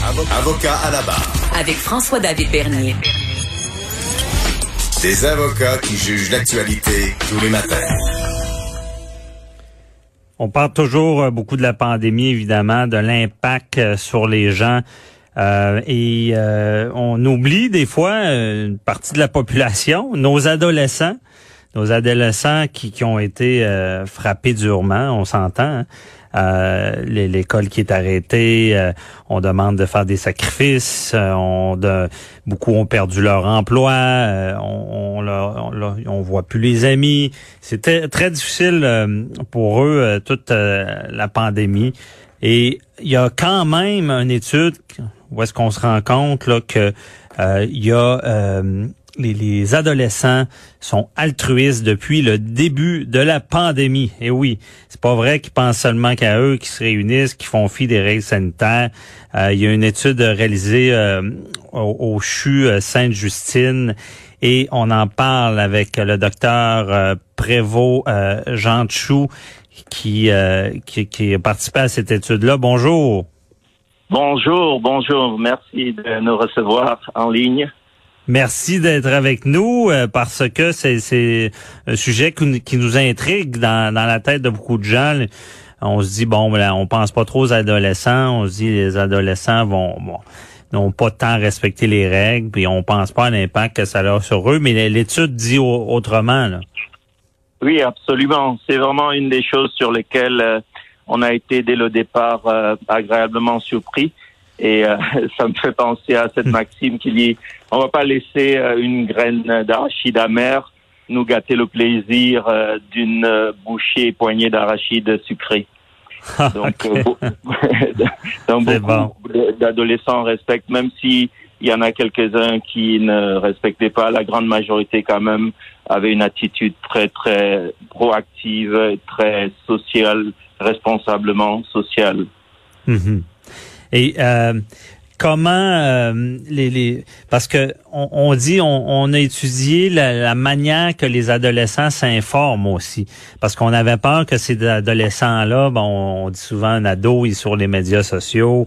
Avocat à la barre. Avec François-David Bernier. Des avocats qui jugent l'actualité tous les matins. On parle toujours beaucoup de la pandémie, évidemment, de l'impact sur les gens. On oublie des fois une partie de la population, nos adolescents qui ont été frappés durement, on s'entend. L'école qui est arrêtée, on demande de faire des sacrifices, beaucoup ont perdu leur emploi, on voit plus les amis. C'était très difficile pour eux toute la pandémie. Et il y a quand même une étude où est-ce qu'on se rend compte là que il y a les adolescents sont altruistes depuis le début de la pandémie. Et oui, c'est pas vrai qu'ils pensent seulement qu'à eux, qu'ils se réunissent, qu'ils font fi des règles sanitaires. Il y a une étude réalisée au CHU Sainte-Justine et on en parle avec le docteur Prévost Jean Tchou qui a participé à cette étude-là. Bonjour. Bonjour. Merci de nous recevoir en ligne. Merci d'être avec nous parce que c'est un sujet qui nous intrigue dans la tête de beaucoup de gens. On se dit, on pense pas trop aux adolescents. On se dit, les adolescents n'ont pas tant respecté les règles, puis on pense pas à l'impact que ça a sur eux. Mais l'étude dit autrement, là. Oui, absolument. C'est vraiment une des choses sur lesquelles on a été dès le départ agréablement surpris. Et ça me fait penser à cette maxime qui dit on va pas laisser une graine d'arachide amère nous gâter le plaisir d'une bouchée et poignée d'arachide sucrée. Donc, beaucoup d'adolescents respectent, même si il y en a quelques-uns qui ne respectaient pas. La grande majorité, quand même, avait une attitude très, très proactive, très sociale, responsablement sociale. Mm-hmm. Et comment parce que on dit on a étudié la manière que les adolescents s'informent aussi, parce qu'on avait peur que ces adolescents-là, on dit souvent un ado, il est sur les médias sociaux,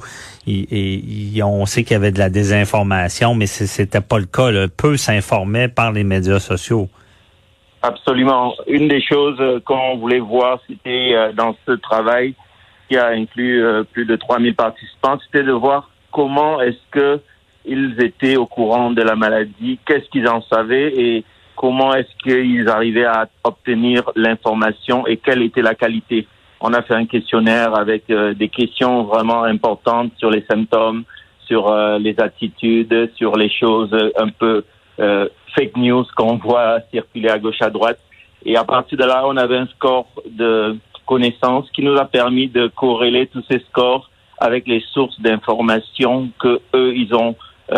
on sait qu'il y avait de la désinformation, mais c'était pas le cas. Là. Peu s'informaient par les médias sociaux. Absolument. Une des choses qu'on voulait voir, c'était dans ce travail qui a inclus plus de 3000 participants, c'était de voir comment est-ce que ils étaient au courant de la maladie, qu'est-ce qu'ils en savaient et comment est-ce qu'ils arrivaient à obtenir l'information et quelle était la qualité. On a fait un questionnaire avec des questions vraiment importantes sur les symptômes, sur les attitudes, sur les choses un peu fake news qu'on voit circuler à gauche à droite. Et à partir de là, on avait un score de connaissances qui nous a permis de corréler tous ces scores avec les sources d'informations que eux ils ont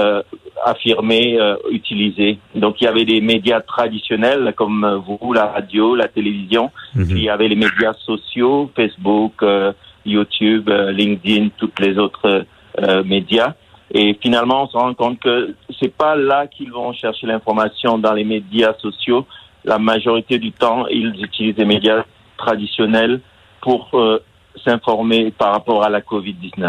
affirmé utiliser. Donc il y avait des médias traditionnels comme vous, la radio, la télévision, puis il y avait les médias sociaux, Facebook, YouTube, LinkedIn, toutes les autres médias. Et finalement, on se rend compte que c'est pas là qu'ils vont chercher l'information dans les médias sociaux. La majorité du temps, ils utilisent les médias traditionnels pour s'informer par rapport à la COVID-19.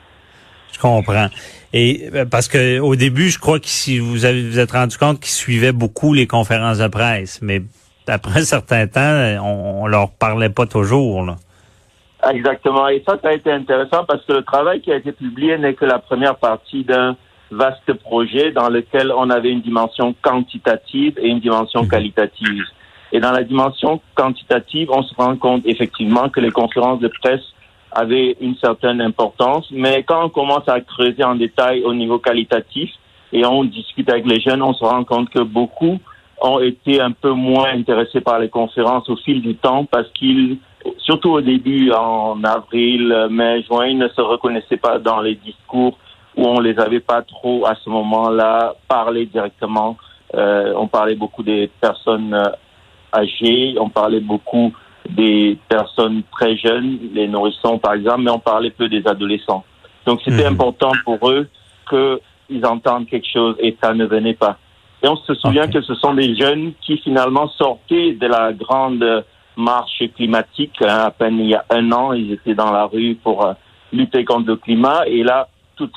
Je comprends. Et parce que au début, je crois que si vous êtes rendu compte qu'ils suivaient beaucoup les conférences de presse, mais après un certain temps, on leur parlait pas toujours, là. Exactement. Et ça a été intéressant parce que le travail qui a été publié n'est que la première partie d'un vaste projet dans lequel on avait une dimension quantitative et une dimension qualitative. Et dans la dimension quantitative, on se rend compte effectivement que les conférences de presse avaient une certaine importance, mais quand on commence à creuser en détail au niveau qualitatif et on discute avec les jeunes, on se rend compte que beaucoup ont été un peu moins intéressés par les conférences au fil du temps parce qu'ils, surtout au début, en avril, mai, juin, ils ne se reconnaissaient pas dans les discours où on les avait pas trop à ce moment-là parlé directement. On parlait beaucoup des personnes âgés, on parlait beaucoup des personnes très jeunes, les nourrissons par exemple, mais on parlait peu des adolescents. Donc c'était important pour eux qu'ils entendent quelque chose et ça ne venait pas. Et on se souvient que ce sont des jeunes qui finalement sortaient de la grande marche climatique. À peine il y a 1 an, ils étaient dans la rue pour lutter contre le climat et là, tout de suite,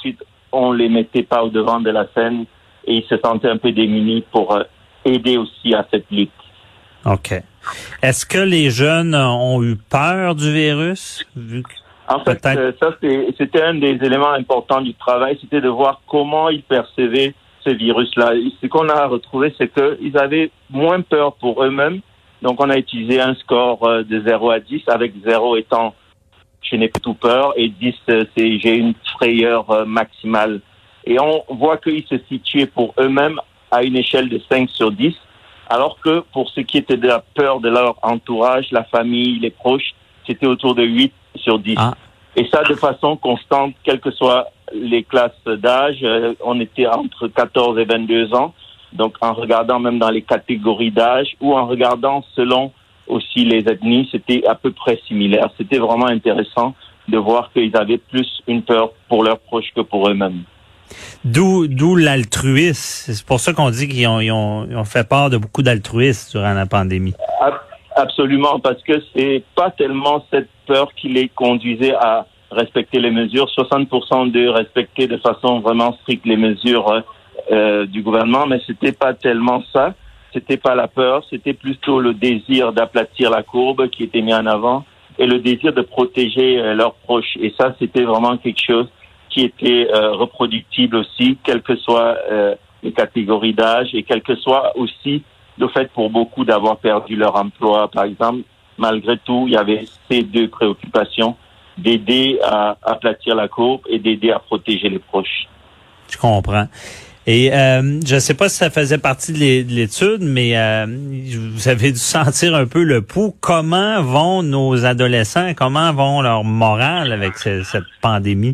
on les mettait pas au devant de la scène et ils se sentaient un peu démunis pour aider aussi à cette lutte. OK. Est-ce que les jeunes ont eu peur du virus? En fait, ça, c'était un des éléments importants du travail, c'était de voir comment ils percevaient ce virus-là. Ce qu'on a retrouvé, c'est qu'ils avaient moins peur pour eux-mêmes. Donc, on a utilisé un score de 0 à 10, avec 0 étant « je n'ai pas tout peur » et 10, c'est « j'ai une frayeur maximale ». Et on voit qu'ils se situaient pour eux-mêmes à une échelle de 5 sur 10, alors que pour ce qui était de la peur de leur entourage, la famille, les proches, c'était autour de 8 sur 10. Ah. Et ça, de façon constante, quelles que soient les classes d'âge, on était entre 14 et 22 ans. Donc, en regardant même dans les catégories d'âge ou en regardant selon aussi les ethnies, c'était à peu près similaire. C'était vraiment intéressant de voir qu'ils avaient plus une peur pour leurs proches que pour eux-mêmes. D'où l'altruisme. C'est pour ça qu'on dit qu'ils ont fait part de beaucoup d'altruisme durant la pandémie. Absolument, parce que c'est pas tellement cette peur qui les conduisait à respecter les mesures. 60% d'eux respectaient de façon vraiment stricte les mesures du gouvernement, mais c'était pas tellement ça. C'était pas la peur, c'était plutôt le désir d'aplatir la courbe qui était mis en avant et le désir de protéger leurs proches. Et ça, c'était vraiment quelque chose qui était reproductible aussi, quelles que soient les catégories d'âge et quel que soit aussi le fait pour beaucoup d'avoir perdu leur emploi, par exemple. Malgré tout, il y avait ces deux préoccupations, d'aider à aplatir la courbe et d'aider à protéger les proches. Je comprends. Et je ne sais pas si ça faisait partie de l'étude, mais vous avez dû sentir un peu le pouls. Comment vont nos adolescents? Comment vont leur morale avec cette pandémie?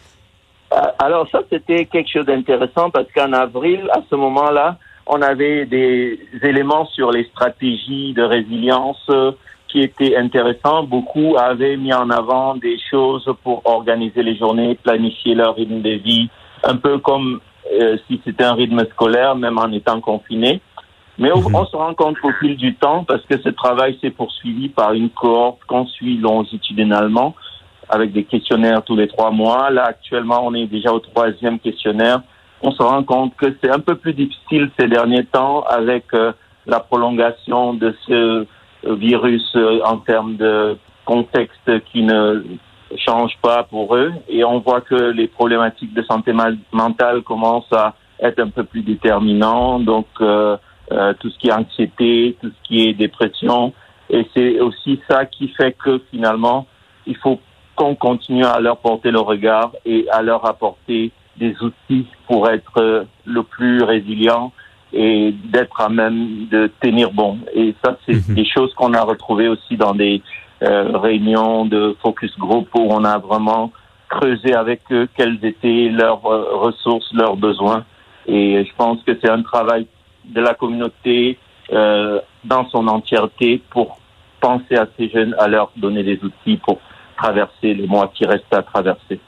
Alors ça, c'était quelque chose d'intéressant parce qu'en avril, à ce moment-là, on avait des éléments sur les stratégies de résilience qui étaient intéressants. Beaucoup avaient mis en avant des choses pour organiser les journées, planifier leur rythme de vie, un peu comme si c'était un rythme scolaire, même en étant confiné. Mais on se rend compte qu'au fil du temps, parce que ce travail s'est poursuivi par une cohorte qu'on suit longitudinalement, avec des questionnaires tous les 3 mois. Là, actuellement, on est déjà au 3e questionnaire. On se rend compte que c'est un peu plus difficile ces derniers temps avec la prolongation de ce virus en termes de contexte qui ne change pas pour eux. Et on voit que les problématiques de santé mentale commencent à être un peu plus déterminantes. Donc, tout ce qui est anxiété, tout ce qui est dépression. Et c'est aussi ça qui fait que finalement, il faut qu'on continue à leur porter le regard et à leur apporter des outils pour être le plus résilient et d'être à même de tenir bon. Et ça, c'est des choses qu'on a retrouvées aussi dans des réunions de focus group où on a vraiment creusé avec eux quelles étaient leurs ressources, leurs besoins. Et je pense que c'est un travail de la communauté dans son entièreté pour penser à ces jeunes, à leur donner des outils pour traverser les mois qui restent à traverser.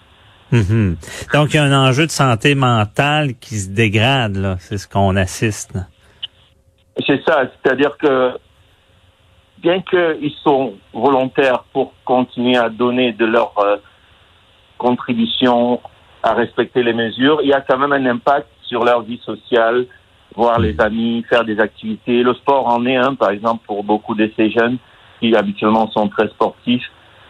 Donc, il y a un enjeu de santé mentale qui se dégrade, là. C'est ce qu'on assiste, là. C'est ça. C'est-à-dire que, bien qu'ils sont volontaires pour continuer à donner de leur contribution à respecter les mesures, il y a quand même un impact sur leur vie sociale, voir les amis, faire des activités. Le sport en est un, par exemple, pour beaucoup de ces jeunes qui habituellement sont très sportifs.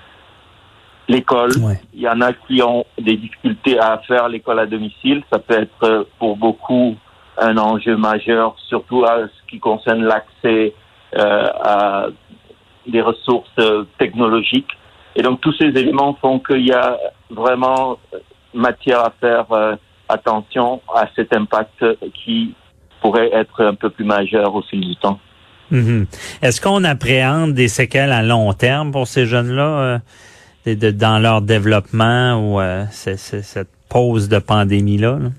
L'école, il y en a qui ont des difficultés à faire l'école à domicile. Ça peut être pour beaucoup un enjeu majeur, surtout à ce qui concerne l'accès à des ressources technologiques. Et donc tous ces éléments font qu'il y a vraiment matière à faire attention à cet impact qui pourrait être un peu plus majeur au fil du temps. Est-ce qu'on appréhende des séquelles à long terme pour ces jeunes-là dans leur développement ou cette pause de pandémie-là? Là?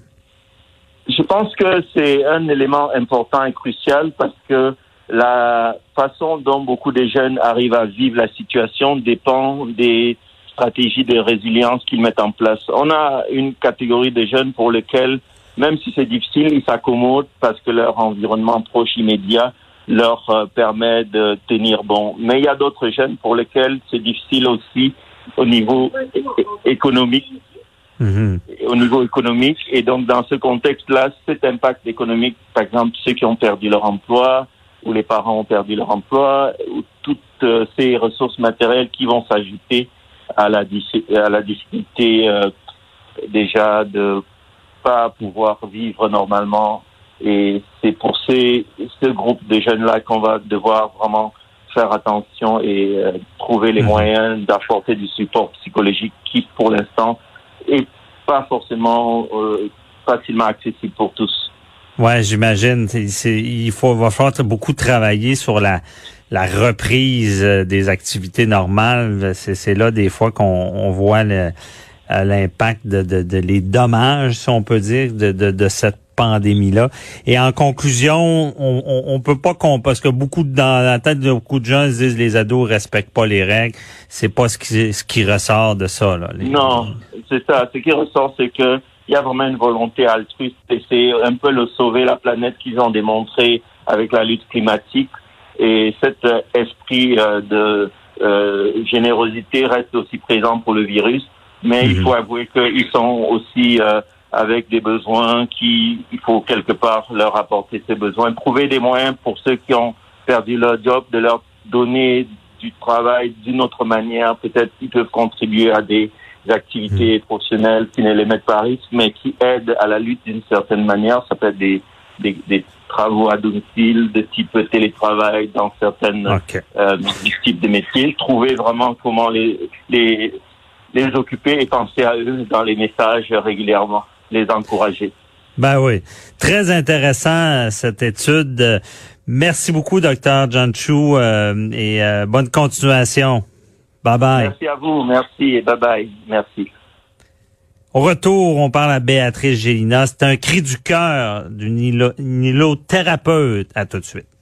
Je pense que c'est un élément important et crucial parce que la façon dont beaucoup de jeunes arrivent à vivre la situation dépend des stratégies de résilience qu'ils mettent en place. On a une catégorie de jeunes pour lesquels, même si c'est difficile, ils s'accommodent parce que leur environnement proche immédiat leur permet de tenir bon. Mais il y a d'autres jeunes pour lesquels c'est difficile aussi au niveau économique au niveau économique. Et donc, dans ce contexte-là, cet impact économique, par exemple, ceux qui ont perdu leur emploi, ou les parents ont perdu leur emploi, ou toutes ces ressources matérielles qui vont s'ajouter à la difficulté déjà de pas pouvoir vivre normalement. Et c'est pour ce groupe de jeunes-là qu'on va devoir vraiment faire attention et trouver les moyens d'apporter du support psychologique qui, pour l'instant, est pas forcément facilement accessible pour tous. Ouais, j'imagine. Va falloir beaucoup travailler sur la reprise des activités normales. C'est là des fois qu'on voit l'impact de les dommages, si on peut dire, de cette pandémie-là. Et en conclusion, on peut pas parce que dans la tête de beaucoup de gens, ils disent les ados respectent pas les règles. C'est pas ce qui ressort de ça, là. Non, c'est ça. Ce qui ressort, c'est que il y a vraiment une volonté altruiste et c'est un peu le sauver la planète qu'ils ont démontré avec la lutte climatique. Et cet esprit de générosité reste aussi présent pour le virus. Mais il faut avouer qu'ils sont aussi avec des besoins il faut quelque part leur apporter ces besoins. Trouver des moyens pour ceux qui ont perdu leur job, de leur donner du travail d'une autre manière. Peut-être qu'ils peuvent contribuer à des activités professionnelles qui ne les mettent pas à risque, mais qui aident à la lutte d'une certaine manière. Ça peut être des travaux à domicile, de type télétravail dans certaines types de métiers. Trouver vraiment comment les occuper et penser à eux dans les messages régulièrement, les encourager. Ben oui. Très intéressant, cette étude. Merci beaucoup, Dr. John Chu, et bonne continuation. Bye-bye. Merci à vous. Merci et bye-bye. Merci. Au retour, on parle à Béatrice Gélina. C'est un cri du cœur d'une hypnothérapeute. À tout de suite.